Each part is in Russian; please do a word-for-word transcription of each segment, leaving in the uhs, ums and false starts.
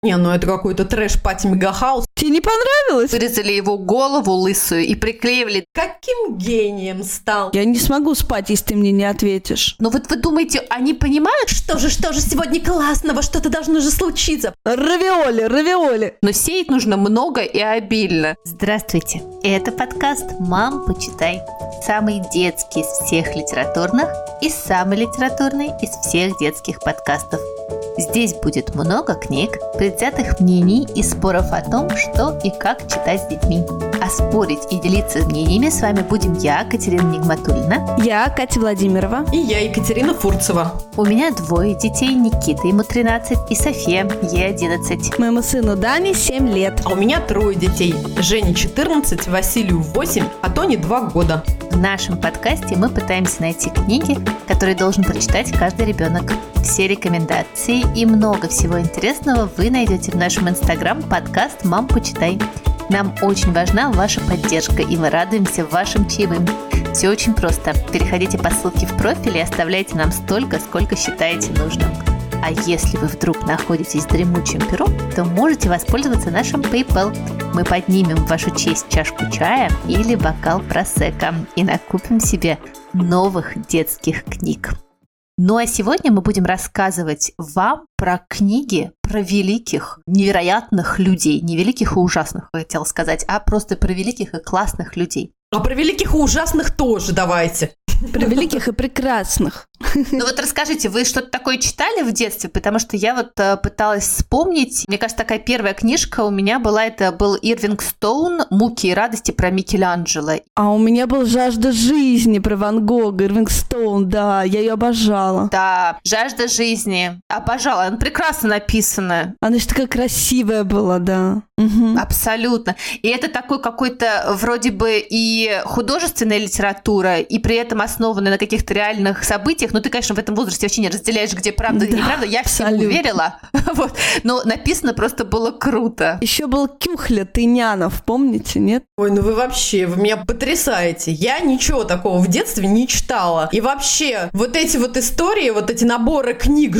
Не, ну это какой-то трэш-пати мегахаус. Тебе не понравилось? Вырезали его голову лысую и приклеивали. Каким гением стал? Я не смогу спать, если ты мне не ответишь. Ну вот вы думаете, они понимают, что... Что же, что же сегодня классного? Что-то должно же случиться. Равиоли, равиоли. Но сеять нужно много и обильно. Здравствуйте. Это подкаст «Мам, почитай». Самый детский из всех литературных и самый литературный из всех детских подкастов. Здесь будет много книг, предвзятых мнений и споров о том, что и как читать с детьми. А спорить и делиться мнениями с вами будем я, Катерина Нигматуллина. Я, Катя Владимирова. И я, Екатерина Фурцева. У меня двое детей, Никита, ему тринадцать, и София, ей одиннадцать. Моему сыну Дане семь лет. А у меня трое детей. Жене четырнадцать, Василию восемь, а Тоне два года. В нашем подкасте мы пытаемся найти книги, которые должен прочитать каждый ребенок. Все рекомендации и много всего интересного вы найдете в нашем инстаграм подкаст «Мам, почитай». Нам очень важна ваша поддержка, и мы радуемся вашим чаевым. Все очень просто. Переходите по ссылке в профиль и оставляйте нам столько, сколько считаете нужным. А если вы вдруг находитесь в дремучем перу, то можете воспользоваться нашим PayPal. Мы поднимем в вашу честь чашку чая или бокал просекко и накупим себе новых детских книг. Ну а сегодня мы будем рассказывать вам про книги про великих, невероятных людей. Не великих и ужасных, хотела сказать, а просто про великих и классных людей. А про великих и ужасных тоже давайте. Про великих и прекрасных. Ну вот расскажите, вы что-то такое читали в детстве? Потому что я вот э, пыталась вспомнить. Мне кажется, такая первая книжка у меня была, это был Ирвинг Стоун «Муки и радости» про Микеланджело. А у меня был «Жажда жизни» про Ван Гога, Ирвинг Стоун, да, я ее обожала. Да, «Жажда жизни». Обожала, она прекрасно написана. Она же такая красивая была, да. Угу. Абсолютно. И это такой какой-то вроде бы и художественная литература, и при этом основанная на каких-то реальных событиях. Ну, ты, конечно, в этом возрасте вообще не разделяешь, где правда и да, неправда. Я всему верила. Вот. Но написано просто было круто. Еще был Кюхля Тынянов, помните, нет? Ой, ну вы вообще, вы меня потрясаете. Я ничего такого в детстве не читала. И вообще, вот эти вот истории, вот эти наборы книг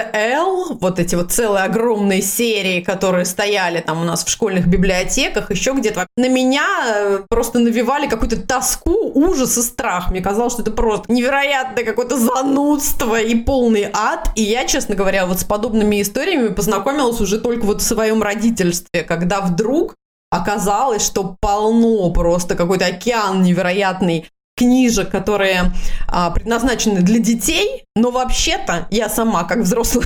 ЖЗЛ, вот эти вот целые огромные серии, которые стояли там у нас в школьных библиотеках, еще где-то, на меня просто навевали какую-то тоску, ужас и страх. Мне казалось, что это просто невероятное какое-то занудство и полный ад. И я, честно говоря, вот с подобными историями познакомилась уже только вот в своем родительстве, когда вдруг оказалось, что полно просто какой-то океан невероятный книжек, которые а, предназначены для детей, но вообще-то я сама, как взрослая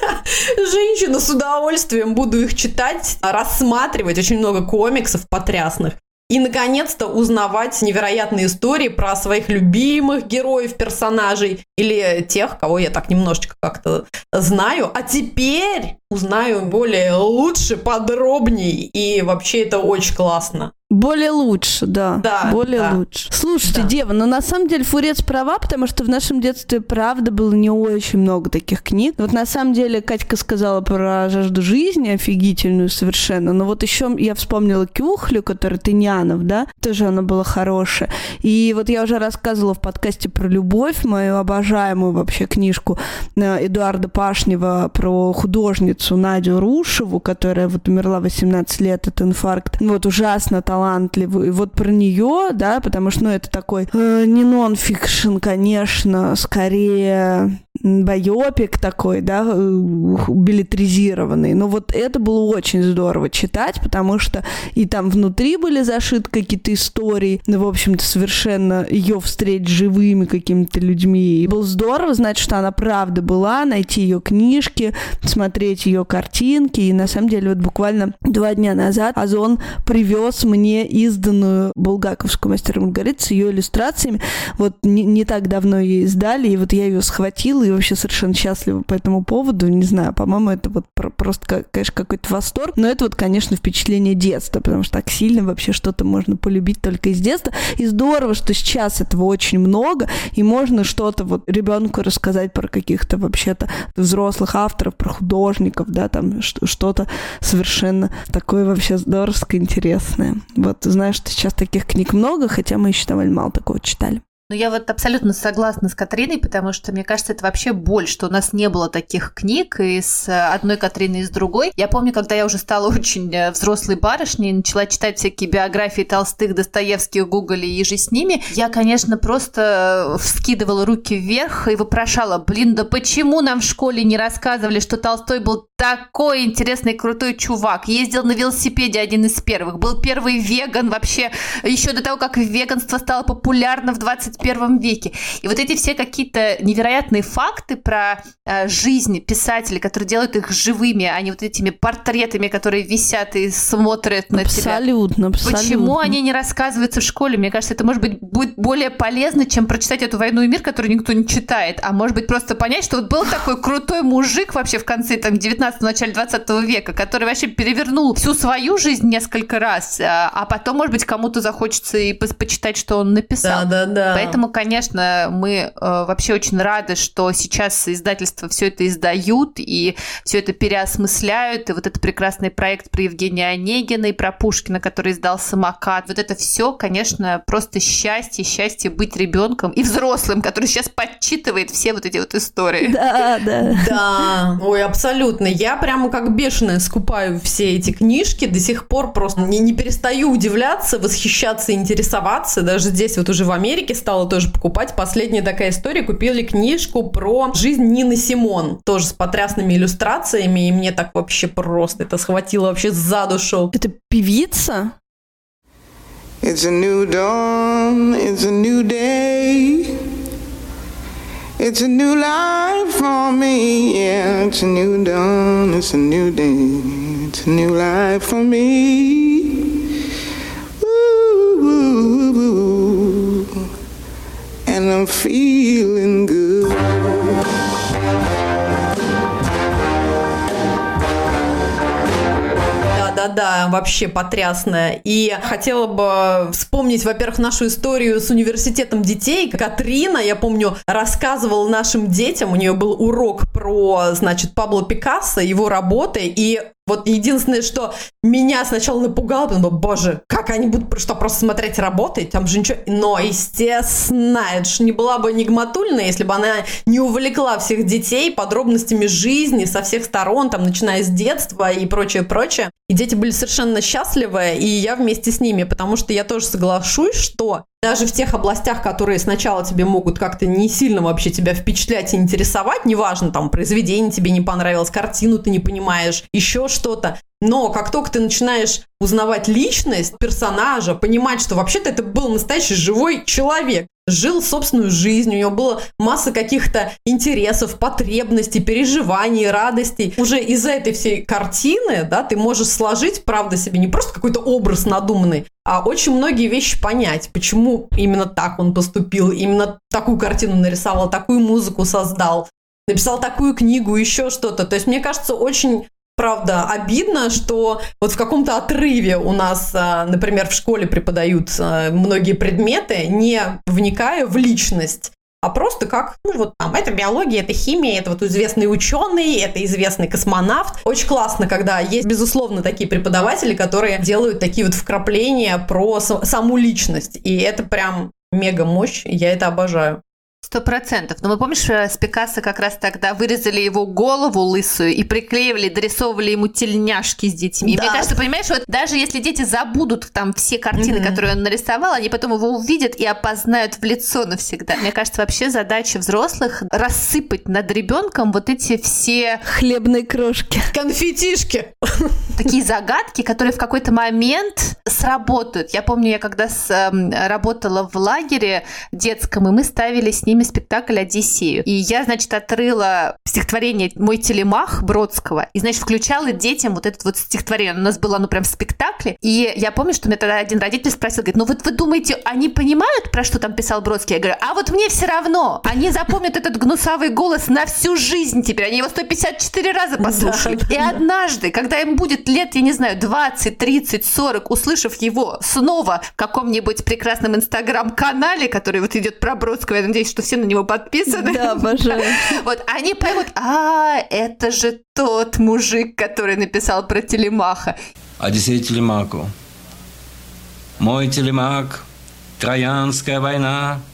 женщина, с удовольствием буду их читать, рассматривать, очень много комиксов потрясных. И, наконец-то, узнавать невероятные истории про своих любимых героев, персонажей или тех, кого я так немножечко как-то знаю. А теперь узнаю более лучше, подробней. И вообще это очень классно. Более лучше, да. Да, Более да. лучше. Слушайте, Да. Дева, но на самом деле Фурец права, потому что в нашем детстве, правда, было не очень много таких книг. Вот на самом деле Катька сказала про «Жажду жизни», офигительную совершенно. Но вот еще я вспомнила Кюхлю, который Тынянов, да, тоже она была хорошая. И вот я уже рассказывала в подкасте про «Любовь», мою обожаемую вообще книжку Эдуарда Пашнева про художницу Надю Рушеву, которая вот умерла в восемнадцать лет от инфаркта. Вот ужасно талантливая. талантливую. И вот про нее, да, потому что, ну, это такой э, не нон-фикшн, конечно, скорее байопик такой, да, билетризированный. Но вот это было очень здорово читать, потому что и там внутри были зашиты какие-то истории, ну, в общем-то, совершенно ее встреч с живыми какими-то людьми. И было здорово знать, что она правда была, найти ее книжки, смотреть ее картинки. И на самом деле вот буквально два дня назад Озон привез мне изданную булгаковскую «Мастер и Маргариту» с ее иллюстрациями. Вот не, не так давно ее издали, и вот я ее схватила и вообще совершенно счастлива по этому поводу. Не знаю, по-моему, это вот про- просто, конечно, какой-то восторг. Но это вот, конечно, впечатление детства, потому что так сильно вообще что-то можно полюбить только из детства. И здорово, что сейчас этого очень много, и можно что-то вот ребенку рассказать про каких-то вообще-то взрослых авторов, про художников, да, там что-то совершенно такое вообще здоровское, интересное. Вот, знаешь, что сейчас таких книг много, хотя мы еще довольно мало такого читали. Ну, я вот абсолютно согласна с Катриной, потому что, мне кажется, это вообще боль, что у нас не было таких книг и с одной Катриной, и с другой. Я помню, когда я уже стала очень взрослой барышней, начала читать всякие биографии Толстых, Достоевских, Гоголя и же с ними, я, конечно, просто вскидывала руки вверх и вопрошала: блин, да почему нам в школе не рассказывали, что Толстой был такой интересный, крутой чувак, ездил на велосипеде, один из первых, был первый веган вообще, еще до того, как веганство стало популярно в двадцать первом веке. И вот эти все какие-то невероятные факты про э, жизнь писателей, которые делают их живыми, а не вот этими портретами, которые висят и смотрят на тебя. Абсолютно, абсолютно. Почему они не рассказываются в школе? Мне кажется, это может быть будет более полезно, чем прочитать эту «Войну и мир», которую никто не читает, а может быть просто понять, что вот был такой крутой мужик вообще в конце там девятнадцатого, начале двадцатого века, который вообще перевернул всю свою жизнь несколько раз, а потом, может быть, кому-то захочется и почитать, что он написал. Да, да, да. Поэтому, конечно, мы э, вообще очень рады, что сейчас издательства все это издают и все это переосмысляют. И вот этот прекрасный проект про Евгения Онегина и про Пушкина, который издал «Самокат». Вот это все, конечно, просто счастье, счастье быть ребенком и взрослым, который сейчас подчитывает все вот эти вот истории. Да, да. Да, ой, абсолютно. Я прямо как бешеная скупаю все эти книжки, до сих пор просто не, не перестаю удивляться, восхищаться, интересоваться. Даже здесь вот уже в Америке стала тоже покупать. Последняя такая история. Купили книжку про жизнь Нины Симон. Тоже с потрясными иллюстрациями. И мне так вообще просто это схватило вообще за душу. Это певица? It's a new dawn, it's a new day. It's a new life for me, yeah. It's a new dawn, it's a new day. It's a new life for me. Ooh, and I'm feeling good. Да-да, вообще потрясная. И хотела бы вспомнить, во-первых, нашу историю с университетом детей. Катрина, я помню, рассказывала нашим детям, у нее был урок про, значит, Пабло Пикассо, его работы, и вот единственное, что меня сначала напугало, потому что, боже, как они будут что, просто смотреть работы? Там же ничего... Но, естественно, это же не была бы Нигматульна, если бы она не увлекла всех детей подробностями жизни со всех сторон, там, начиная с детства и прочее-прочее. И дети были совершенно счастливы, и я вместе с ними, потому что я тоже соглашусь, что даже в тех областях, которые сначала тебе могут как-то не сильно вообще тебя впечатлять и интересовать, неважно, там, произведение тебе не понравилось, картину ты не понимаешь, еще что-то, но как только ты начинаешь узнавать личность персонажа, понимать, что вообще-то это был настоящий живой человек, жил собственную жизнь, у него была масса каких-то интересов, потребностей, переживаний, радостей. Уже из-за этой всей картины, да, ты можешь сложить, правда, себе не просто какой-то образ надуманный, а очень многие вещи понять, почему именно так он поступил, именно такую картину нарисовал, такую музыку создал, написал такую книгу, еще что-то. То есть, мне кажется, очень... Правда, обидно, что вот в каком-то отрыве у нас, например, в школе преподают многие предметы, не вникая в личность, а просто как, ну вот там, это биология, это химия, это вот известный ученый, это известный космонавт. Очень классно, когда есть, безусловно, такие преподаватели, которые делают такие вот вкрапления про саму личность. И это прям мега мощь, я это обожаю. Сто процентов. Но мы, помнишь, с Пикассо как раз тогда вырезали его голову лысую и приклеивали, дорисовывали ему тельняшки с детьми. Да. И мне кажется, понимаешь, вот даже если дети забудут там все картины, mm-hmm. которые он нарисовал, они потом его увидят и опознают в лицо навсегда. Мне кажется, вообще задача взрослых рассыпать над ребенком вот эти все... Хлебные крошки. Конфетишки. Такие загадки, которые в какой-то момент сработают. Я помню, я когда с, э, работала в лагере детском, и мы ставили с ними спектакль «Одиссею». И я, значит, отрыла стихотворение «Мой телемах» Бродского и, значит, включала детям вот это вот стихотворение. У нас было оно прям в спектакле. И я помню, что меня тогда один родитель спросил, говорит, ну вот вы думаете, они понимают, про что там писал Бродский? Я говорю, а вот мне все равно. Они запомнят этот гнусавый голос на всю жизнь теперь. Они его сто пятьдесят четыре раза послушали. Да, и да. Однажды, когда им будет лет, я не знаю, двадцать, тридцать, сорок, услышав его снова в каком-нибудь прекрасном инстаграм-канале, который вот идет про Бродского, я надеюсь, что все на него подписаны. Да, обожаю. Вот, они поймут, а, это же тот мужик, который написал про Телемаха. Одиссей Телемаку. Мой Телемак, Троянская война,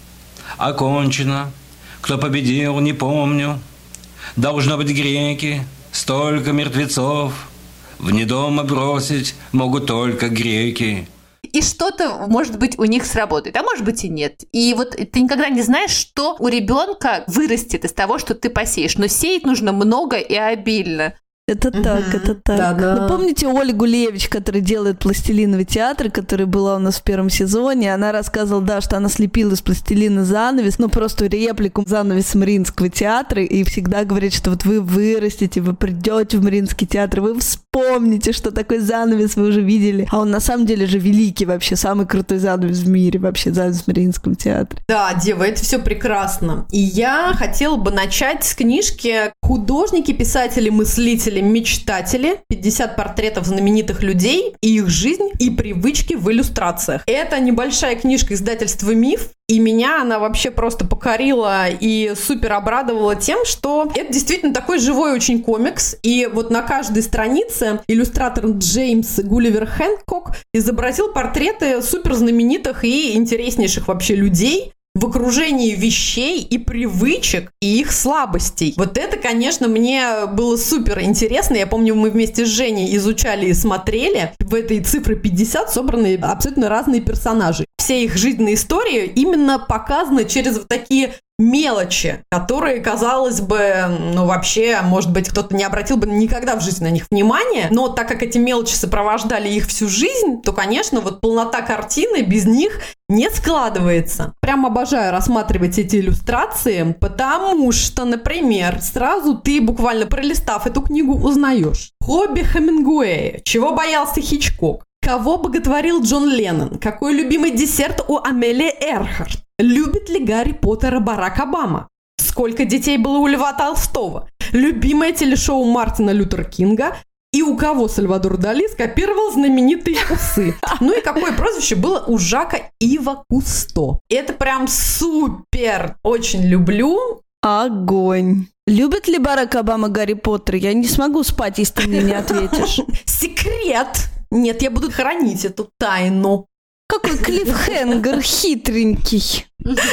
окончено. Кто победил, не помню. Должно быть греки, столько мертвецов. Вне дома бросить могут только греки. И что-то, может быть, у них сработает, а может быть и нет. И вот ты никогда не знаешь, что у ребенка вырастет из того, что ты посеешь. Но сеять нужно много и обильно. Это так, Мгм. это так. Да-да. Ну, помните Ольгу Левич, которая делает пластилиновый театр, которая была у нас в первом сезоне? Она рассказывала, да, что она слепила из пластилина занавес, ну, просто реплику занавеса Мариинского театра, и всегда говорит, что вот вы вырастете, вы придете в Мариинский театр, вы вспомните, что такой занавес вы уже видели. А он на самом деле же великий вообще, самый крутой занавес в мире вообще, занавес в Мариинском театре. Да, Дева, это все прекрасно. И я хотела бы начать с книжки «Художники, писатели, мыслители, мечтатели. пятьдесят портретов знаменитых людей и их жизнь и привычки в иллюстрациях». Это небольшая книжка издательства «Миф», и меня она вообще просто покорила и супер обрадовала тем, что это действительно такой живой очень комикс. И вот на каждой странице иллюстратор Джеймс Гулливер Хэнкок изобразил портреты супер знаменитых и интереснейших вообще людей в окружении вещей и привычек и их слабостей. Вот это, конечно, мне было супер интересно. Я помню, мы вместе с Женей изучали и смотрели. В этой цифре пятьдесят собраны абсолютно разные персонажи. Все их жизненные истории именно показаны через вот такие мелочи, которые, казалось бы, ну вообще, может быть, кто-то не обратил бы никогда в жизни на них внимания, но так как эти мелочи сопровождали их всю жизнь, то, конечно, вот полнота картины без них не складывается. Прям обожаю рассматривать эти иллюстрации, потому что, например, сразу ты, буквально пролистав эту книгу, узнаешь хобби Хемингуэя, чего боялся Хичкок, кого боготворил Джон Леннон, какой любимый десерт у Амелии Эрхарт, любит ли Гарри Поттера Барак Обама, сколько детей было у Льва Толстого, любимое телешоу Мартина Лютера Кинга и у кого Сальвадор Дали скопировал знаменитые усы. Ну и какое прозвище было у Жака Ива Кусто. Это прям супер! Очень люблю. Огонь. Любит ли Барак Обама Гарри Поттер? Я не смогу спать, если ты мне не ответишь. Секрет! Нет, я буду хранить эту тайну. Какой клиффхенгер хитренький.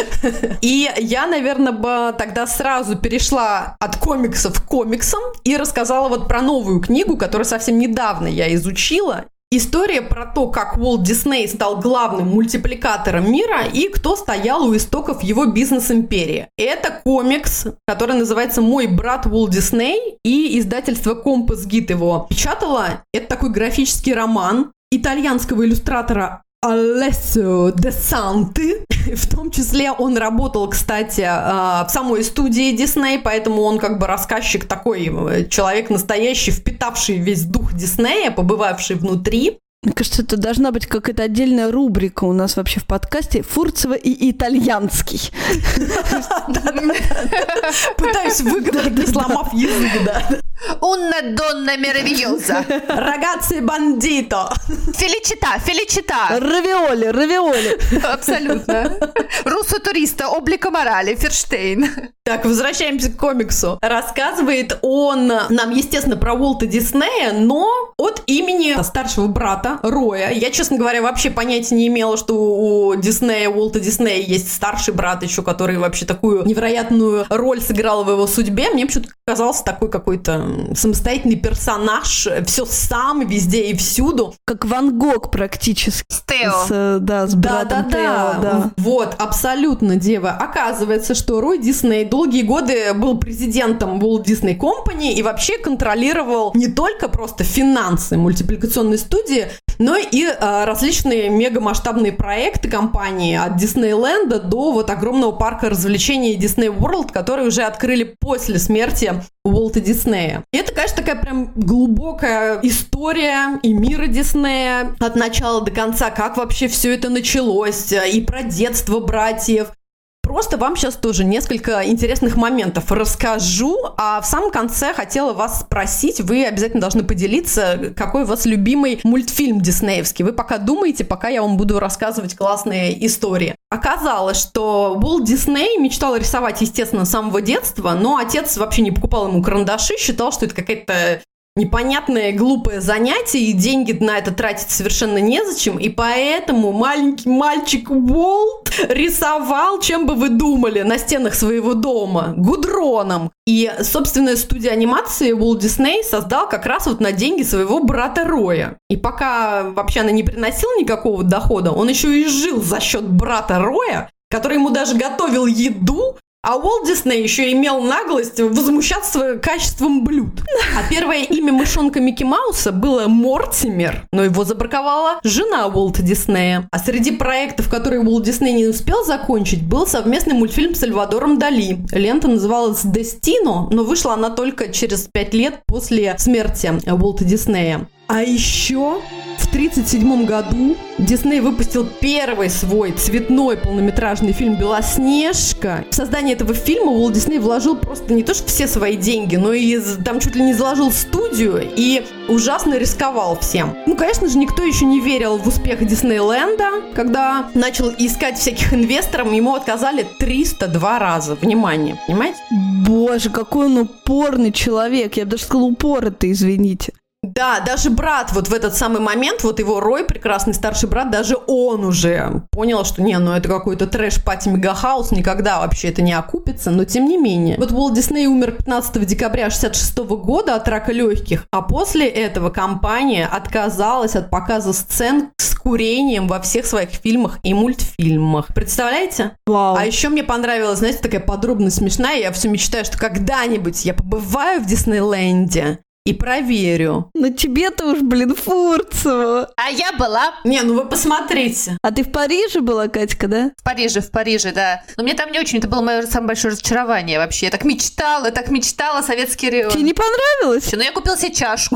И я, наверное, бы тогда сразу перешла от комиксов к комиксам и рассказала вот про новую книгу, которую совсем недавно я изучила. История про то, как Уолт Дисней стал главным мультипликатором мира и кто стоял у истоков его бизнес-империи. Это комикс, который называется «Мой брат Уолт Дисней», и издательство «Компас Гид» его печатало. Это такой графический роман итальянского иллюстратора Алессио де Санти. В том числе он работал, кстати, в самой студии Дисней, поэтому он как бы рассказчик такой, человек настоящий, впитавший весь дух Диснея, побывавший внутри. Мне кажется, это должна быть какая-то отдельная рубрика у нас вообще в подкасте «Фурцева и итальянский». Пытаюсь выговорить, не сломав язык, да. Una donna meravigliosa. Ragazzi bandito. Феличита, феличита. Равиоли, равиоли. Абсолютно. Руссо туриста, облика морали, Ферштейн. Так, возвращаемся к комиксу. Рассказывает он нам, естественно, про Уолта Диснея, но от имени старшего брата Роя. Я, честно говоря, вообще понятия не имела, что у Диснея, Уолта Диснея есть старший брат еще, который вообще такую невероятную роль сыграл в его судьбе. Мне почему-то казался такой какой-то самостоятельный персонаж, все сам, везде и всюду. Как Ван Гог практически. С Тео. С, да, с братом да, да, Тео, да. Вот, абсолютно, дева. Оказывается, что Рой Дисней долгие годы был президентом Walt Disney Company и вообще контролировал не только просто финансы мультипликационной студии, но и а, различные мегамасштабные проекты компании от Диснейленда до вот огромного парка развлечений Disney World, который уже открыли после смерти Уолта Диснея. И это, конечно, такая прям глубокая история и мира Диснея от начала до конца, как вообще все это началось, и про детство братьев. Просто вам сейчас тоже несколько интересных моментов расскажу, а в самом конце хотела вас спросить, вы обязательно должны поделиться, какой у вас любимый мультфильм диснеевский. Вы пока думаете, пока я вам буду рассказывать классные истории. Оказалось, что Уолт Дисней мечтал рисовать, естественно, с самого детства, но отец вообще не покупал ему карандаши, считал, что это какая-то непонятное глупое занятие, и деньги на это тратить совершенно незачем, и поэтому маленький мальчик Уолт рисовал, чем бы вы думали, на стенах своего дома, гудроном. И собственная студия анимации Walt Disney создал как раз вот на деньги своего брата Роя. И пока вообще она не приносила никакого дохода, он еще и жил за счет брата Роя, который ему даже готовил еду, а Уолт Дисней еще имел наглость возмущаться качеством блюд. А первое имя мышонка Микки Мауса было Мортимер, но его забраковала жена Уолта Диснея. А среди проектов, которые Уолт Дисней не успел закончить, был совместный мультфильм с Сальвадором Дали. Лента называлась «Дестино», но вышла она только через пять лет после смерти Уолта Диснея. А еще в тридцать седьмом году Дисней выпустил первый свой цветной полнометражный фильм «Белоснежка». В создание этого фильма Уолт Дисней вложил просто не то что все свои деньги, но и там чуть ли не заложил студию и ужасно рисковал всем. Ну, конечно же, никто еще не верил в успех Диснейленда. Когда начал искать всяких инвесторов, ему отказали триста два раза. Внимание, понимаете? Боже, какой он упорный человек. Я бы даже сказала, упоротый, извините. Да, даже брат вот в этот самый момент, вот его Рой, прекрасный старший брат, даже он уже понял, что не, ну это какой-то трэш-пати мегахаус, никогда вообще это не окупится, но тем не менее. Вот Уолт Дисней умер пятнадцатого декабря шестьдесят шестого года от рака легких, а после этого компания отказалась от показа сцен с курением во всех своих фильмах и мультфильмах. Представляете? Вау. А еще мне понравилась, знаете, такая подробность смешная, я все мечтаю, что когда-нибудь я побываю в Диснейленде и проверю. Ну тебе-то уж, блин, Фурцева. А я была Не, ну вы посмотрите. А ты в Париже была, Катька, да? в Париже, в Париже, да. Но мне там не очень, это было мое самое большое разочарование вообще. Я так мечтала, так мечтала советский район. Тебе не понравилось? Ну, я купила себе чашку.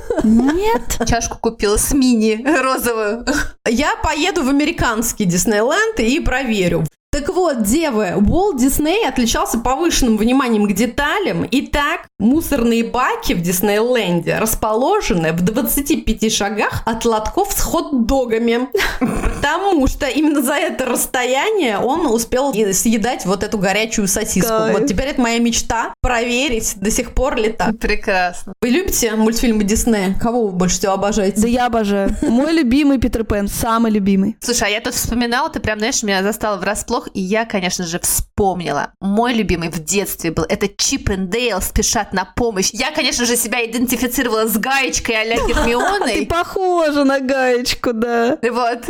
Нет. Чашку купила с мини розовую. Я поеду в американский Диснейленд и проверю. Так вот, девы, Уолт Дисней отличался повышенным вниманием к деталям. Итак, мусорные баки в Диснейленде расположены в двадцати пяти шагах от лотков с хот-догами. Потому что именно за это расстояние он успел съедать вот эту горячую сосиску. Кайф. Вот теперь это моя мечта проверить, до сих пор ли так. Прекрасно. Вы любите мультфильмы Диснея? Кого вы больше всего обожаете? Да я обожаю. Мой любимый Питер Пен, самый любимый. Слушай, а я тут вспоминала, ты прям, знаешь, меня застала врасплох, и я, конечно же, вспомнила. Мой любимый в детстве был, это Чип и Дейл спешат на помощь. Я, конечно же, себя идентифицировала с Гаечкой а-ля Ты Гермионой. похожа на Гаечку, да. Вот.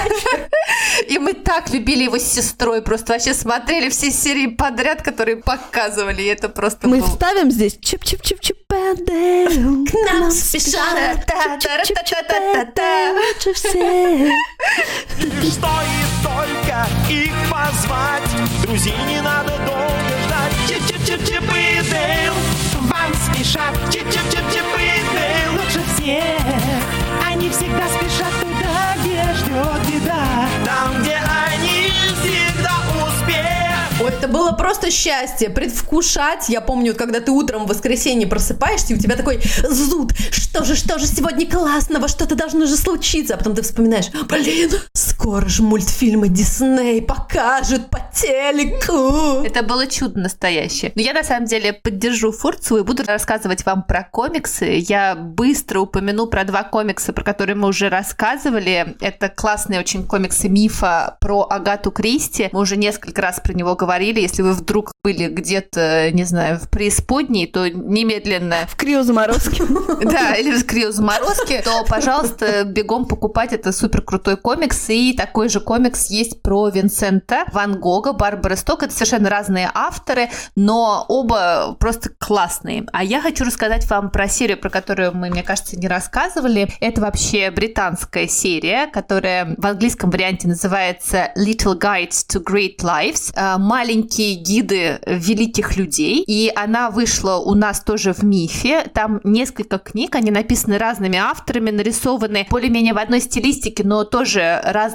И мы так любили его с сестрой, просто вообще смотрели все серии подряд, которые показывали, и это просто Мы был... вставим здесь чип-чип-чип-чип и Дейл. К нам спешат. Та-та-та-та-та-та. Лучше всех. И стоит только их позвать, друзей не надо долго ждать. Чип-чип-чип-чип и Дейл вам спешат. Чип-чип-чип-чип и Дейл лучше всех. Они всегда спешат туда, где ждет беда. Там, где они всегда успех. Ой, это было просто счастье, предвкушать. Я помню, когда ты утром в воскресенье просыпаешься, и у тебя такой зуд. Что же, что же сегодня классного, что-то должно же случиться. А потом ты вспоминаешь, блин, скоро же мультфильмы Дисней покажут по телеку. Это было чудо настоящее. Но я, на самом деле, поддержу Фурцеву и буду рассказывать вам про комиксы. Я быстро упомяну про два комикса, про которые мы уже рассказывали. Это классные очень комиксы мифа про Агату Кристи. Мы уже несколько раз про него говорили. Если вы вдруг были где-то, не знаю, в преисподней, то немедленно... В криозаморозке. Да, или в криозаморозке, то, пожалуйста, бегом покупать. Это супер крутой комикс. И такой же комикс есть про Винсента Ван Гога, Барбары Сток. Это совершенно разные авторы, но оба просто классные. А я хочу рассказать вам про серию, про которую мы, мне кажется, не рассказывали. Это вообще британская серия, которая в английском варианте называется Little Guides to Great Lives. Маленькие гиды великих людей. И она вышла у нас тоже в Мифе. Там несколько книг, они написаны разными авторами, нарисованы более-менее в одной стилистике, но тоже разными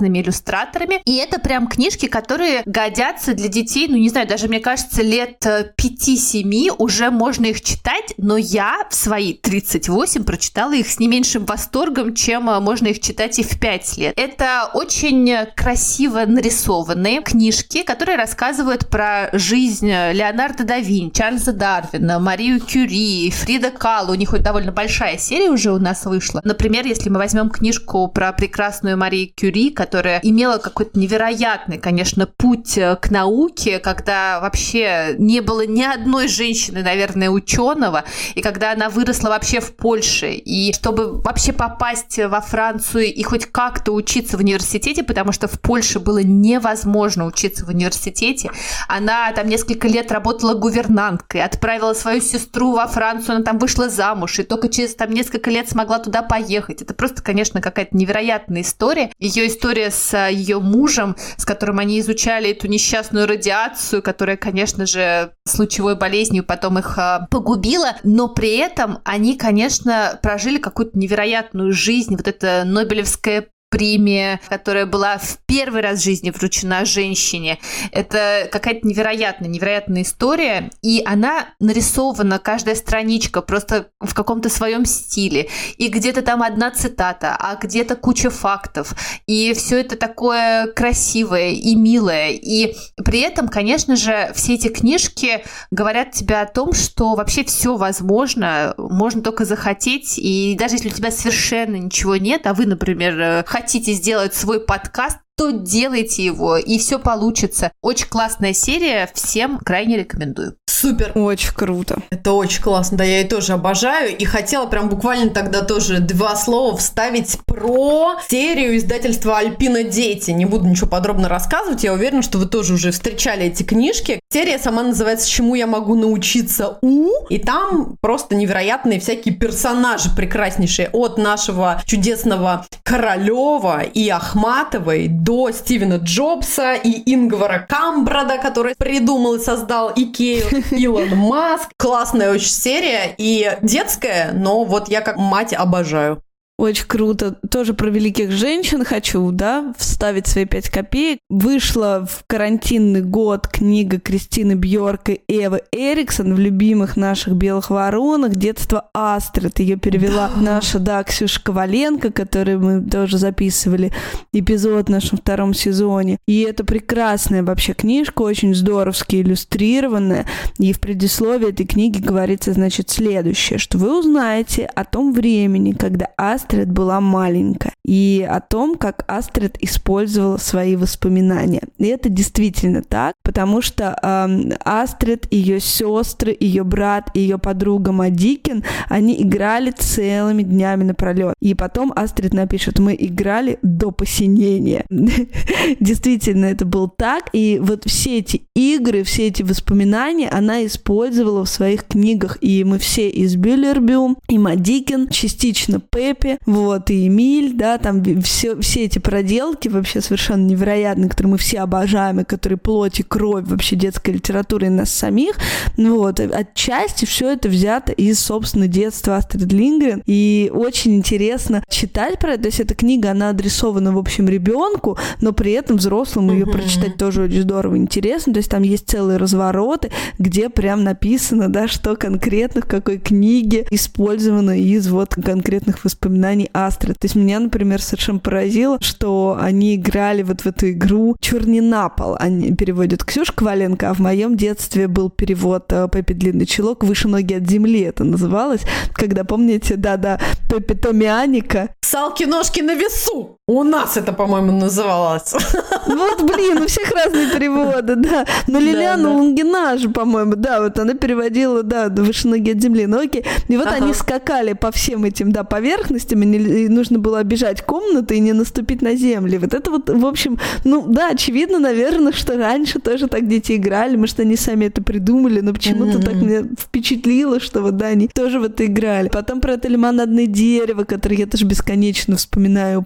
разными иллюстраторами. И это прям книжки, которые годятся для детей, ну, не знаю, даже, мне кажется, лет пяти-семи уже можно их читать, но я в свои тридцать восемь прочитала их с не меньшим восторгом, чем можно их читать и в пять лет. Это очень красиво нарисованные книжки, которые рассказывают про жизнь Леонардо да Винчи, Чарльза Дарвина, Марию Кюри, Фрида Кало. У них хоть довольно большая серия уже у нас вышла. Например, если мы возьмем книжку про прекрасную Марию Кюри, которая имела какой-то невероятный, конечно, путь к науке, когда вообще не было ни одной женщины, наверное, ученого, и когда она выросла вообще в Польше, и чтобы вообще попасть во Францию и хоть как-то учиться в университете, потому что в Польше было невозможно учиться в университете, она там несколько лет работала гувернанткой, отправила свою сестру во Францию, она там вышла замуж, и только через там несколько лет смогла туда поехать. Это просто, конечно, какая-то невероятная история. Ее история с ее мужем, с которым они изучали эту несчастную радиацию, которая, конечно же, с лучевой болезнью потом их погубила, но при этом они, конечно, прожили какую-то невероятную жизнь. Вот эта Нобелевская премия, которая была в первый раз в жизни вручена женщине. Это какая-то невероятная, невероятная история, и она нарисована, каждая страничка, просто в каком-то своем стиле. И где-то там одна цитата, а где-то куча фактов. И все это такое красивое и милое. И при этом, конечно же, все эти книжки говорят тебе о том, что вообще все возможно, можно только захотеть. И даже если у тебя совершенно ничего нет, а вы, например, хотите сделать свой подкаст, то делайте его, и все получится. Очень классная серия, всем крайне рекомендую. Супер. Очень круто. Это очень классно, да, я ее тоже обожаю. И хотела прям буквально тогда тоже два слова вставить про серию издательства «Альпина Дети». Не буду ничего подробно рассказывать, я уверена, что вы тоже уже встречали эти книжки. Серия сама называется «Чему я могу научиться у?». И там просто невероятные всякие персонажи прекраснейшие. От нашего чудесного Королева и Ахматовой до Стивена Джобса и Ингвара Кампрада, который придумал и создал Икею, Илон Маск. Классная очень серия и детская, но вот я как мать обожаю. Очень круто. Тоже про великих женщин хочу, да, вставить свои пять копеек. Вышла в карантинный год книга Кристины Бьорк и Эвы Эриксон в любимых наших белых воронах «Детство Астрид». Ее перевела да. наша, да, Ксюша Коваленко, которой мы тоже записывали эпизод в нашем втором сезоне. И это прекрасная вообще книжка, очень здоровски иллюстрированная. И в предисловии этой книги говорится, значит, следующее, что вы узнаете о том времени, когда Астрид Астрид была маленькая, и о том, как Астрид использовала свои воспоминания. И это действительно так, потому что э, Астрид, ее сестры, ее брат и ее подруга Мадикин, они играли целыми днями напролет. И потом Астрид напишет: мы играли до посинения. Действительно, это было так. И вот все эти игры, все эти воспоминания она использовала в своих книгах. И мы все из Бюллербюм, и Мадикин, частично Пеппи, вот, и Эмиль, да, там все, все эти проделки вообще совершенно невероятные, которые мы все обожаем, и которые плоть и кровь вообще детской литературы и нас самих, вот, отчасти все это взято из, собственно, детства Астрид Линдгрен, и очень интересно читать про это. То есть эта книга, она адресована, в общем, ребенку, но при этом взрослому ее mm-hmm. прочитать тоже очень здорово и интересно. То есть там есть целые развороты, где прям написано, да, что конкретно в какой книге использовано из вот конкретных воспоминаний Астрид. То есть меня, например, совершенно поразило, что они играли вот в эту игру «Чёрный на пол». Они переводят Ксюша Коваленко, а в моем детстве был перевод «Пеппи длинный чулок, выше ноги от земли» это называлось, когда, помните, да-да, Пеппи Томианика. «Салки-ножки на весу». У нас это, по-моему, называлось. Вот, блин, у всех разные переводы, да. Но Лилиана да, да. Лунгина же, по-моему, да, вот она переводила, да, «Выше ноги от земли». Ну окей. И вот ага. они скакали по всем этим, да, поверхностям, и нужно было обижать комнаты и не наступить на землю. Вот это вот, в общем, ну да, очевидно, наверное, что раньше тоже так дети играли, может, они сами это придумали, но почему-то mm-hmm. так меня впечатлило, что вот, да, они тоже в это играли. Потом про это лимонадное дерево, которое я тоже бесконечно вспоминаю у Пеппи,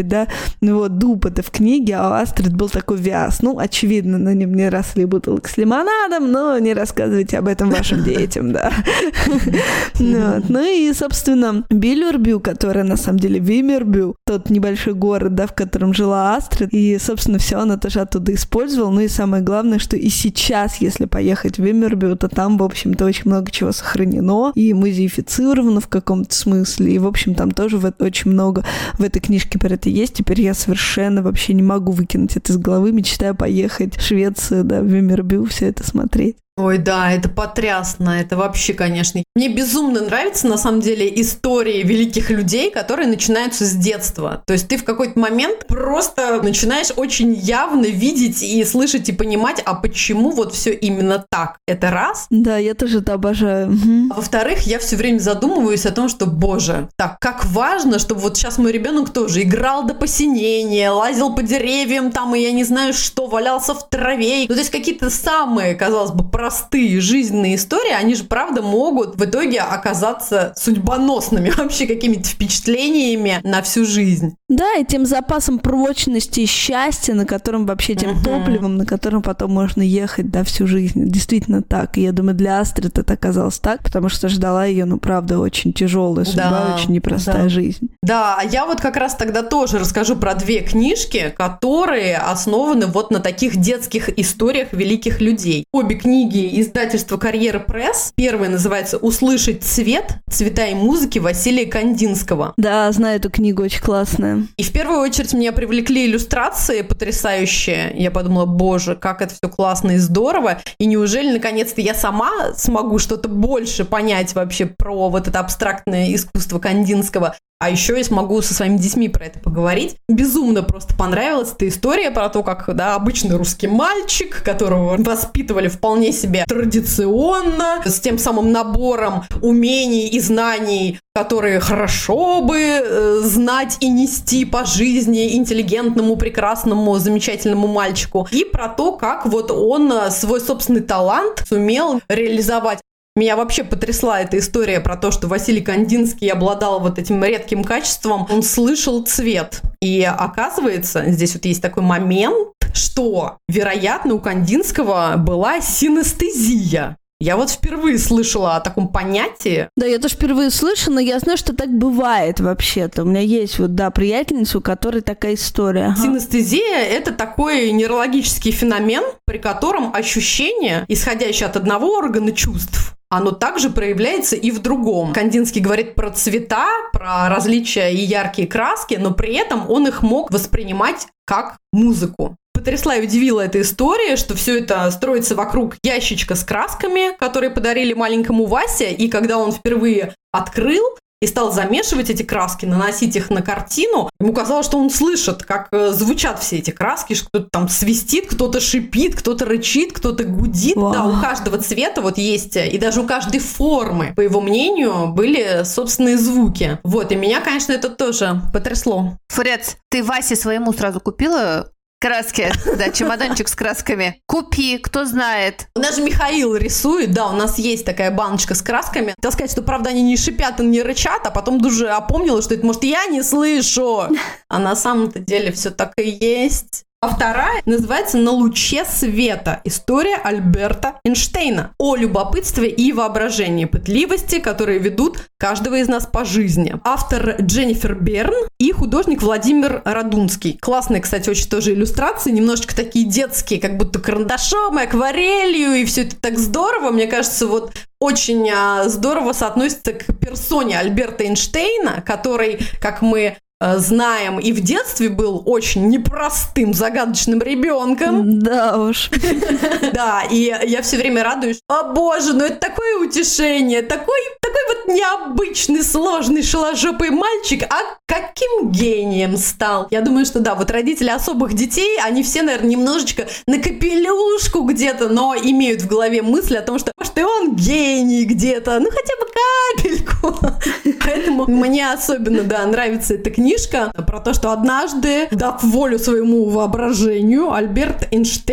да, ну вот дуб это в книге, а у Астрид был такой вяз. Ну, очевидно, на нем не росли бутылки с лимонадом, но не рассказывайте об этом вашим детям, да. Ну и, собственно, Биллербю, которая на самом деле Виммербю, тот небольшой город, да, в котором жила Астрид, и, собственно, все она тоже оттуда использовала. Ну и самое главное, что и сейчас, если поехать в Виммербю, то там, в общем-то, очень много чего сохранено и музеифицировано в каком-то смысле, и, в общем, там тоже в, очень много в этой книжке про это есть. Теперь я совершенно вообще не могу выкинуть это из головы, мечтаю поехать в Швецию, да, в Виммербю, все это смотреть. Ой, да, это потрясно, это вообще, конечно. Мне безумно нравится, на самом деле, истории великих людей, которые начинаются с детства. То есть ты в какой-то момент просто начинаешь очень явно видеть и слышать и понимать, а почему вот все именно так. Это раз. Да, я тоже это обожаю. Угу. А во-вторых, я все время задумываюсь о том, что, боже, так, как важно, чтобы вот сейчас мой ребенок тоже играл до посинения, лазил по деревьям там, и я не знаю что, валялся в траве. Ну, то есть какие-то самые, казалось бы, простые жизненные истории, они же, правда, могут в итоге оказаться судьбоносными, вообще какими-то впечатлениями на всю жизнь. Да, и тем запасом прочности и счастья, на котором вообще тем uh-huh. топливом, на котором потом можно ехать, да, всю жизнь. Действительно так. И я думаю, для Астрид это оказалось так, потому что ждала ее, ну, правда, очень тяжелая судьба, да, очень непростая да. жизнь. Да, а я вот как раз тогда тоже расскажу про две книжки, которые основаны вот на таких детских историях великих людей. Обе книги издательства «Карьера Пресс». Первая называется «Услышать цвет. Цвета и музыки» Василия Кандинского. Да, знаю эту книгу, очень классная. И в первую очередь меня привлекли иллюстрации потрясающие. Я подумала, боже, как это все классно и здорово. И неужели наконец-то я сама смогу что-то больше понять вообще про вот это абстрактное искусство Кандинского. А еще я смогу со своими детьми про это поговорить. Безумно просто понравилась эта история про то, как, да, обычный русский мальчик, которого воспитывали вполне себе традиционно, с тем самым набором умений и знаний, которые хорошо бы э, знать и нести по жизни интеллигентному, прекрасному, замечательному мальчику. И про то, как вот он свой собственный талант сумел реализовать. Меня вообще потрясла эта история про то, что Василий Кандинский обладал вот этим редким качеством. Он слышал цвет. И оказывается, здесь вот есть такой момент, что, вероятно, у Кандинского была синестезия. Я вот впервые слышала о таком понятии. Да, я тоже впервые слышу, но я знаю, что так бывает вообще-то. У меня есть вот, да, приятельница, у которой такая история. Ага. Синестезия – это такой нейрологический феномен, при котором ощущение, исходящее от одного органа чувств, оно также проявляется и в другом. Кандинский говорит про цвета, про различия и яркие краски, но при этом он их мог воспринимать как музыку. Потрясла и удивила эта история, что все это строится вокруг ящичка с красками, которые подарили маленькому Васе, и когда он впервые открыл и стал замешивать эти краски, наносить их на картину, ему казалось, что он слышит, как звучат все эти краски, что кто-то там свистит, кто-то шипит, кто-то рычит, кто-то гудит. Вау. Да, у каждого цвета вот есть, и даже у каждой формы, по его мнению, были собственные звуки. Вот, и меня, конечно, это тоже потрясло. Фурец, ты Васе своему сразу купила краски? Да, чемоданчик с красками. Купи, кто знает. У нас же Михаил рисует, да, у нас есть такая баночка с красками. Хотела сказать, что, правда, они не шипят и не рычат, а потом даже опомнила, что это, может, я не слышу. А на самом-то деле все так и есть. А вторая называется «На луче света. История Альберта Эйнштейна о любопытстве и воображении, пытливости, которые ведут каждого из нас по жизни». Автор Дженнифер Берн и художник Владимир Радунский. Классные, кстати, очень тоже иллюстрации, немножечко такие детские, как будто карандашом и акварелью, и все это так здорово. Мне кажется, вот очень здорово соотносится к персоне Альберта Эйнштейна, который, как мы знаем, и в детстве был очень непростым, загадочным ребенком. Да уж. Да, и я все время радуюсь. О боже, ну это такое утешение, такой, такой вот необычный, сложный, шаложопый мальчик, а каким гением стал. Я думаю, что да, вот родители особых детей, они все, наверное, немножечко на капелюшку где-то, но имеют в голове мысль о том, что, может, и он гений где-то, ну хотя бы капельку. Поэтому мне особенно, да, нравится эта книга. Книжка про то, что однажды, дав волю своему воображению, Альберт Эйнштейн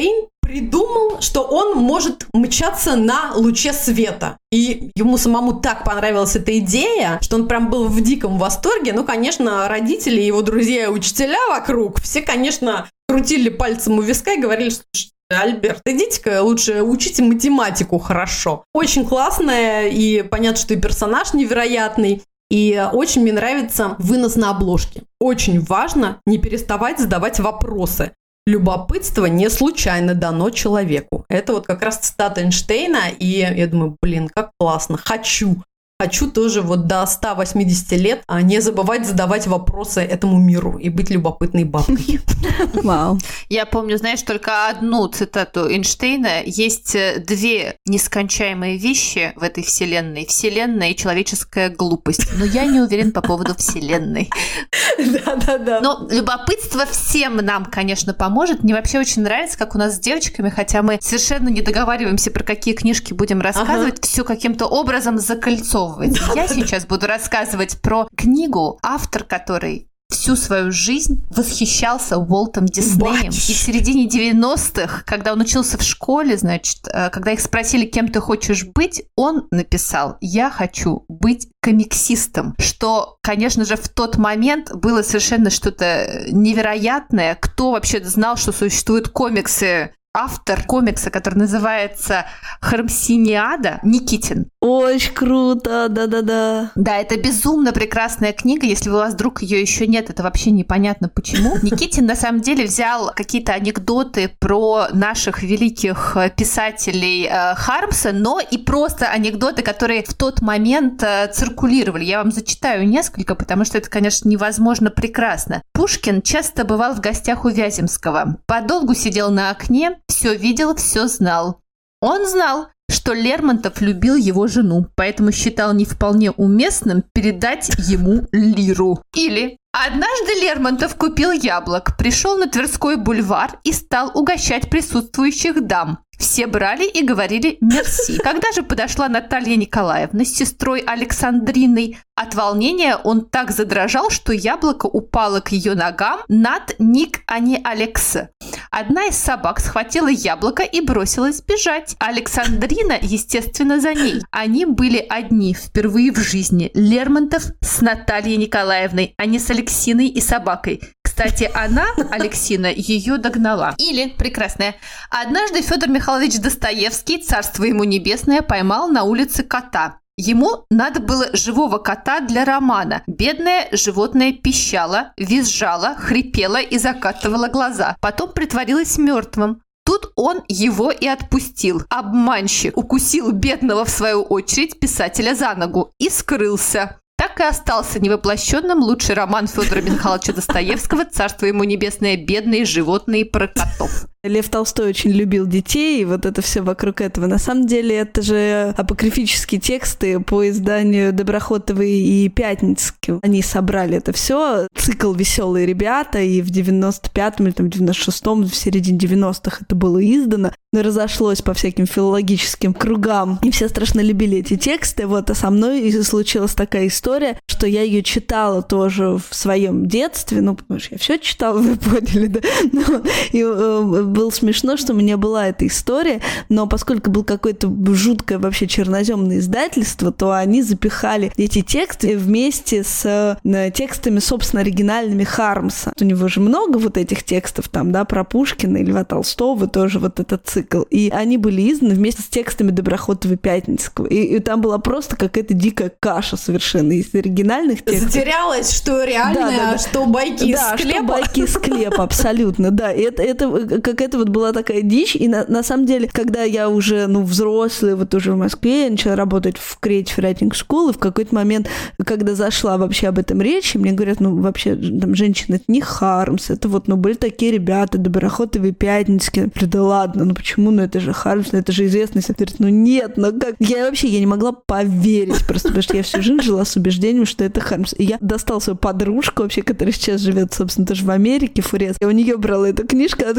придумал, что он может мчаться на луче света. И ему самому так понравилась эта идея, что он прям был в диком восторге. Ну, конечно, родители, его друзья и учителя вокруг, все, конечно, крутили пальцем у виска и говорили, что Альберт, идите-ка лучше учите математику хорошо. Очень классная, и понятно, что и персонаж невероятный. И очень мне нравится вынос на обложке. Очень важно не переставать задавать вопросы. Любопытство не случайно дано человеку. Это вот как раз цитата Эйнштейна, и я думаю, блин, как классно, хочу. Хочу тоже вот до ста восьмидесяти лет а не забывать задавать вопросы этому миру и быть любопытной бабкой. Вау. Я помню, знаешь, только одну цитату Эйнштейна. Есть две нескончаемые вещи в этой вселенной. Вселенная и человеческая глупость. Но я не уверен по поводу вселенной. Да-да-да. Но любопытство всем нам, конечно, поможет. Мне вообще очень нравится, как у нас с девочками, хотя мы совершенно не договариваемся, про какие книжки будем рассказывать, ага. все каким-то образом закольцовывать. Я сейчас буду рассказывать про книгу, автор которой всю свою жизнь восхищался Уолтом Диснеем. Батюшки. И в середине девяностых, когда он учился в школе, значит, когда их спросили, кем ты хочешь быть, он написал: «Я хочу быть комиксистом», что, конечно же, в тот момент было совершенно что-то невероятное. Кто вообще знал, что существуют комиксы? Автор комикса, который называется «Хармсиниада», Никитин. Очень круто, да-да-да. Да, это безумно прекрасная книга. Если у вас вдруг ее еще нет, это вообще непонятно почему. Никитин на самом деле взял какие-то анекдоты про наших великих писателей Хармса, но и просто анекдоты, которые в тот момент циркулировали. Я вам зачитаю несколько, потому что это, конечно, невозможно прекрасно. Пушкин часто бывал в гостях у Вяземского. Подолгу сидел на окне, все видел, все знал. Он знал, что Лермонтов любил его жену, поэтому считал не вполне уместным передать ему лиру. Или однажды Лермонтов купил яблок, пришел на Тверской бульвар и стал угощать присутствующих дам. Все брали и говорили «мерси». Когда же подошла Наталья Николаевна с сестрой Александриной, от волнения он так задрожал, что яблоко упало к ее ногам над Ник, а не Алекс. Одна из собак схватила яблоко и бросилась бежать. Александрина, естественно, за ней. Они были одни впервые в жизни. Лермонтов с Натальей Николаевной, а не с Алексиной и собакой. Кстати, она, Алексина, ее догнала. Или, прекрасная, однажды Федор Михайлович Достоевский, царство ему небесное, поймал на улице кота. Ему надо было живого кота для романа. Бедное животное пищало, визжало, хрипело и закатывало глаза. Потом притворилось мертвым. Тут он его и отпустил. Обманщик укусил бедного, в свою очередь, писателя за ногу и скрылся. Так и остался невоплощенным лучший роман Федора Михайловича Достоевского «Царство ему небесное, бедные животные про котов». Лев Толстой очень любил детей, и вот это все вокруг этого. На самом деле, это же апокрифические тексты по изданию Доброхотовой и Пятницким. Они собрали это все. Цикл «Веселые ребята», и в девяносто пятом или там, девяносто шестом, в середине девяностых это было издано. Но разошлось по всяким филологическим кругам. И все страшно любили эти тексты. Вот, а со мной и случилась такая история, что я ее читала тоже в своем детстве. Ну, потому что я все читала, вы поняли, да? Ну, и э, было смешно, что у меня была эта история, но поскольку был какое-то жуткое вообще черноземное издательство, то они запихали эти тексты вместе с э, текстами, собственно, оригинальными Хармса. У него же много вот этих текстов там, да, про Пушкина и Льва Толстого, тоже вот этот цикл. И они были изданы вместе с текстами Доброхотова и Пятницкого. И, и там была просто какая-то дикая каша совершенно из оригинальных текстов. Затерялась, что реальное, да, да, да. что байки да, из склепа. Да, что байки из склепа, абсолютно, да. И это, это какая-то вот была такая дичь. И на, на самом деле, когда я уже, ну, взрослый, вот уже в Москве, я начала работать в Creative Writing School, и в какой-то момент, когда зашла вообще об этом речь, мне говорят, ну, вообще, там, женщины, это не Хармс, это вот, ну, были такие ребята, Доброхотовы и Пятницкий. Я говорю, да ладно, ну, почему, ну, это же Хармс, ну, это же известный. Я говорю, ну, нет, ну, как? Я вообще, я не могла поверить просто, потому что я всю жизнь жила с убеждением, что это Хармс. И я достала свою подружку вообще, которая сейчас живет, собственно, тоже в Америке, Фурец. Я у нее брала эту книжку, она говорит мне,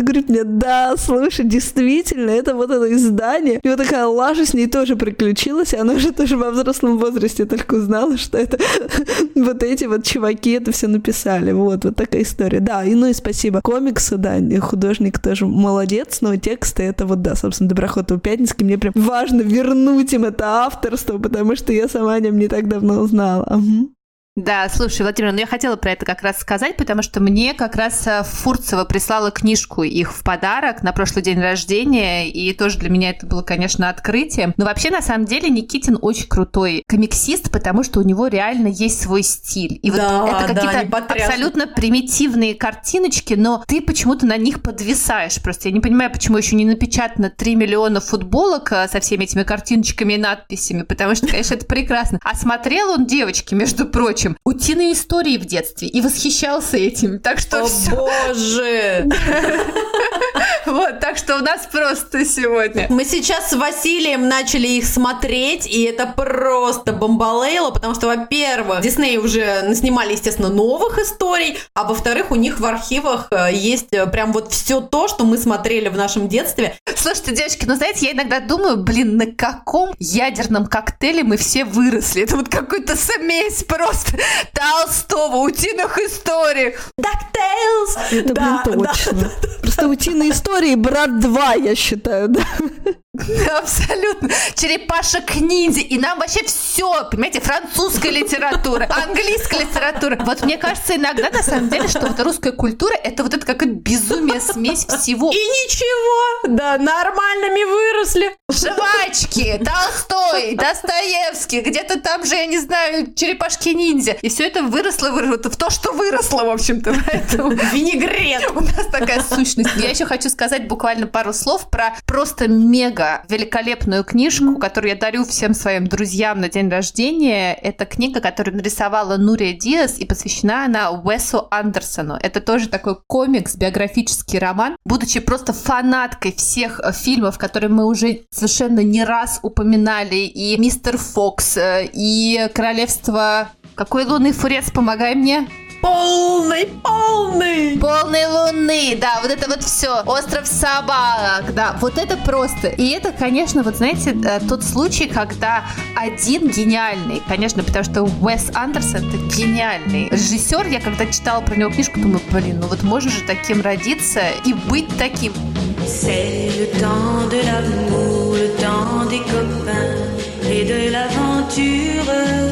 да, слушай, действительно, это вот это издание. И вот такая лажа с ней тоже приключилась, и она уже тоже во взрослом возрасте только узнала, что это вот эти вот чуваки это все написали. Вот, вот такая история. Да, и ну и спасибо комиксу, да, художник тоже молодец, но тексты это вот, да, собственно, Доброхотова Пятницкий. Мне прям важно вернуть им это авторство, потому что я сама о нем не так давно узнала. Угу. Да, слушай, Владимир, ну я хотела про это как раз сказать, потому что мне как раз Фурцева прислала книжку их в подарок на прошлый день рождения, и тоже для меня это было, конечно, открытием. Но вообще, на самом деле, Никитин очень крутой комиксист, потому что у него реально есть свой стиль. И да, вот это какие-то да, абсолютно примитивные картиночки, но ты почему-то на них подвисаешь. Просто я не понимаю, почему еще не напечатано три миллиона футболок со всеми этими картиночками и надписями, потому что, конечно, это прекрасно. А смотрел он, девочки, между прочим, утиные истории в детстве и восхищался этим. Так что О, всё. боже! Вот, так что у нас просто сегодня. Мы сейчас с Василием начали их смотреть, и это просто бомбалейло, потому что, во-первых, Дисней уже снимали, естественно, новых историй, а во-вторых, у них в архивах есть прям вот все то, что мы смотрели в нашем детстве. Слушайте, девочки, ну знаете, я иногда думаю, блин, на каком ядерном коктейле мы все выросли? Это вот какой-то смесь просто Толстого, утиных историй. DuckTales! Это, да, блин, точно. Да, да, да. Просто утиные истории, брат два, я считаю, да. Абсолютно. Черепашек-ниндзя. И нам вообще все, понимаете, французская литература, английская литература. Вот мне кажется иногда, на самом деле, что вот русская культура — это вот это какая-то безумие, смесь всего. И ничего, да, нормальными выросли. Жвачки, Толстой, Достоевский, где-то там же, я не знаю, черепашки-ниндзя. И все это выросло, выросло в то, что выросло, в общем-то. Поэтому винегрет. У нас такая сущность. Я еще хочу сказать буквально пару слов про просто мега великолепную книжку, которую я дарю всем своим друзьям на день рождения. Это книга, которую нарисовала Нурия Диас, и посвящена она Уэсу Андерсону. Это тоже такой комикс, биографический роман. Будучи просто фанаткой всех фильмов, которые мы уже совершенно не раз упоминали, и «Мистер Фокс», и «Королевство...» Какой лунный фурец, помогай мне? Полный, полный. Полной луны, да, вот это вот все. Остров собак, да, вот это просто. И это, конечно, вот знаете, тот случай, когда один гениальный, конечно, потому что Уэс Андерсон — это гениальный режиссер. Я когда читала про него книжку, думаю, блин, ну вот можно же таким родиться и быть таким. C'est le temps de l'amour, le temps des copains et de l'aventure.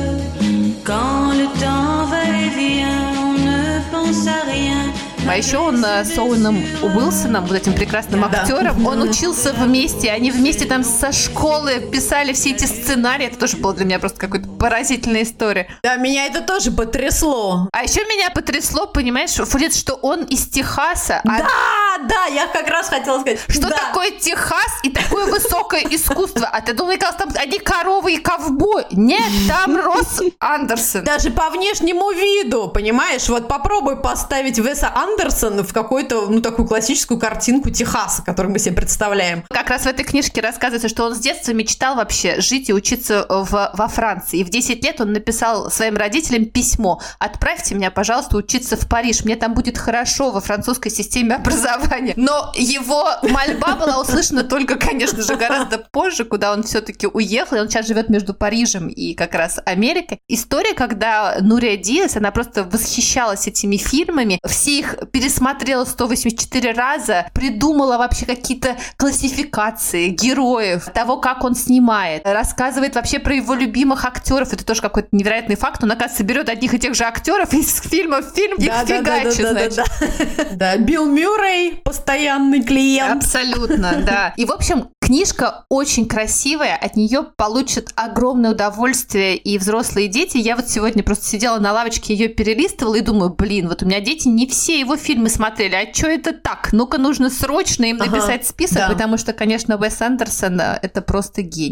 Quand le temps va et vient, on ne pense à rien. А еще он с Оуэном Уилсоном, вот этим прекрасным актером, да. Он учился вместе, они вместе там со школы писали все эти сценарии. Это тоже было для меня просто какая-то поразительная история. Да, меня это тоже потрясло. А еще меня потрясло, понимаешь, Фурец, что он из Техаса. Да, а... да, я как раз хотела сказать. Что да. такое Техас и такое высокое искусство? А ты думала, там одни коровы и ковбой? Нет, там рос Андерсон. Даже по внешнему виду, понимаешь? Вот попробуй поставить Уэса Андерсона в какую-то, ну, такую классическую картинку Техаса, которую мы себе представляем. Как раз в этой книжке рассказывается, что он с детства мечтал вообще жить и учиться в, во Франции. И в десять лет он написал своим родителям письмо: «Отправьте меня, пожалуйста, учиться в Париж. Мне там будет хорошо во французской системе образования». Но его мольба была услышана только, конечно же, гораздо позже, куда он все-таки уехал. И он сейчас живет между Парижем и как раз Америкой. История, когда Нурия Диас, она просто восхищалась этими фильмами, все их пересмотрела сто восемьдесят четыре раза, придумала вообще какие-то классификации героев, того, как он снимает, рассказывает вообще про его любимых актеров. Это тоже какой-то невероятный факт. Он, оказывается, берет одних и тех же актеров из фильма в фильм, их фигачит, значит. Да, Билл Мюррей, постоянный клиент. Абсолютно, да. И, в общем, книжка очень красивая, от нее получат огромное удовольствие и взрослые дети. Я вот сегодня просто сидела на лавочке, ее перелистывала и думаю, блин, вот у меня дети не все его фильмы смотрели, а что это так? Ну-ка, нужно срочно им написать ага, список, да. Потому что, конечно, Уэс Андерсон — это просто гений.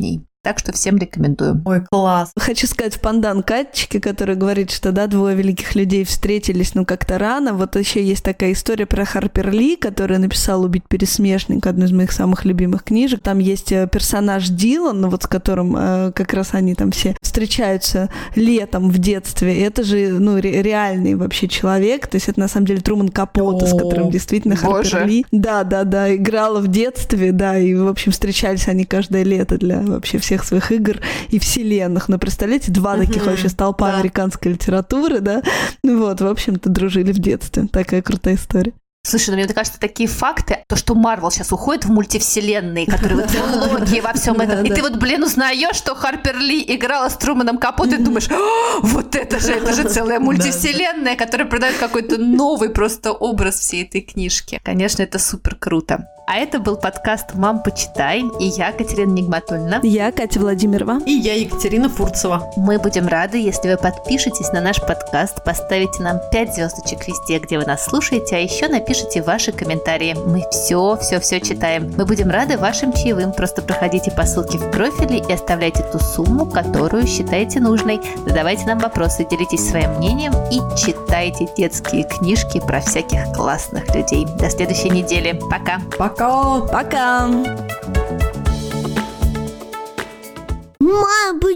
Так что всем рекомендую. Ой, класс. Хочу сказать в пандан Катечке, который говорит, что, да, двое великих людей встретились, ну, как-то рано. Вот еще есть такая история про Харпер Ли, который написал «Убить пересмешника», одну из моих самых любимых книжек. Там есть персонаж Дилан, ну, вот с которым э, как раз они там все встречаются летом в детстве. Это же, ну, ре- реальный вообще человек. То есть это, на самом деле, Труман Капоте, с которым действительно Харпер Ли. Да, да, да, играла в детстве, да, и, в общем, встречались они каждое лето для вообще всех своих игр и вселенных. Но представляете, два uh-huh. таких вообще столпа да. американской литературы, да? Ну вот, в общем-то, дружили в детстве. Такая крутая история. Слушай, ну мне кажется, такие факты, то, что Марвел сейчас уходит в мультивселенные, которые в трилогии во всем этом, и ты вот, блин, узнаешь, что Харпер Ли играла с Труманом Капоте, и думаешь, вот это же, это же целая мультивселенная, которая продает какой-то новый просто образ всей этой книжки. Конечно, это супер круто. А это был подкаст «Мам, почитай», и я, Катерина Нигматульна. Я, Катя Владимирова. И я, Екатерина Фурцева. Мы будем рады, если вы подпишетесь на наш подкаст, поставите нам пять звездочек везде, где вы нас слушаете, а еще напишите ваши комментарии. Мы все-все-все читаем. Мы будем рады вашим чаевым. Просто проходите по ссылке в профиле и оставляйте ту сумму, которую считаете нужной. Задавайте нам вопросы, делитесь своим мнением и читайте детские книжки про всяких классных людей. До следующей недели. Пока! Пока! Пока! Мама,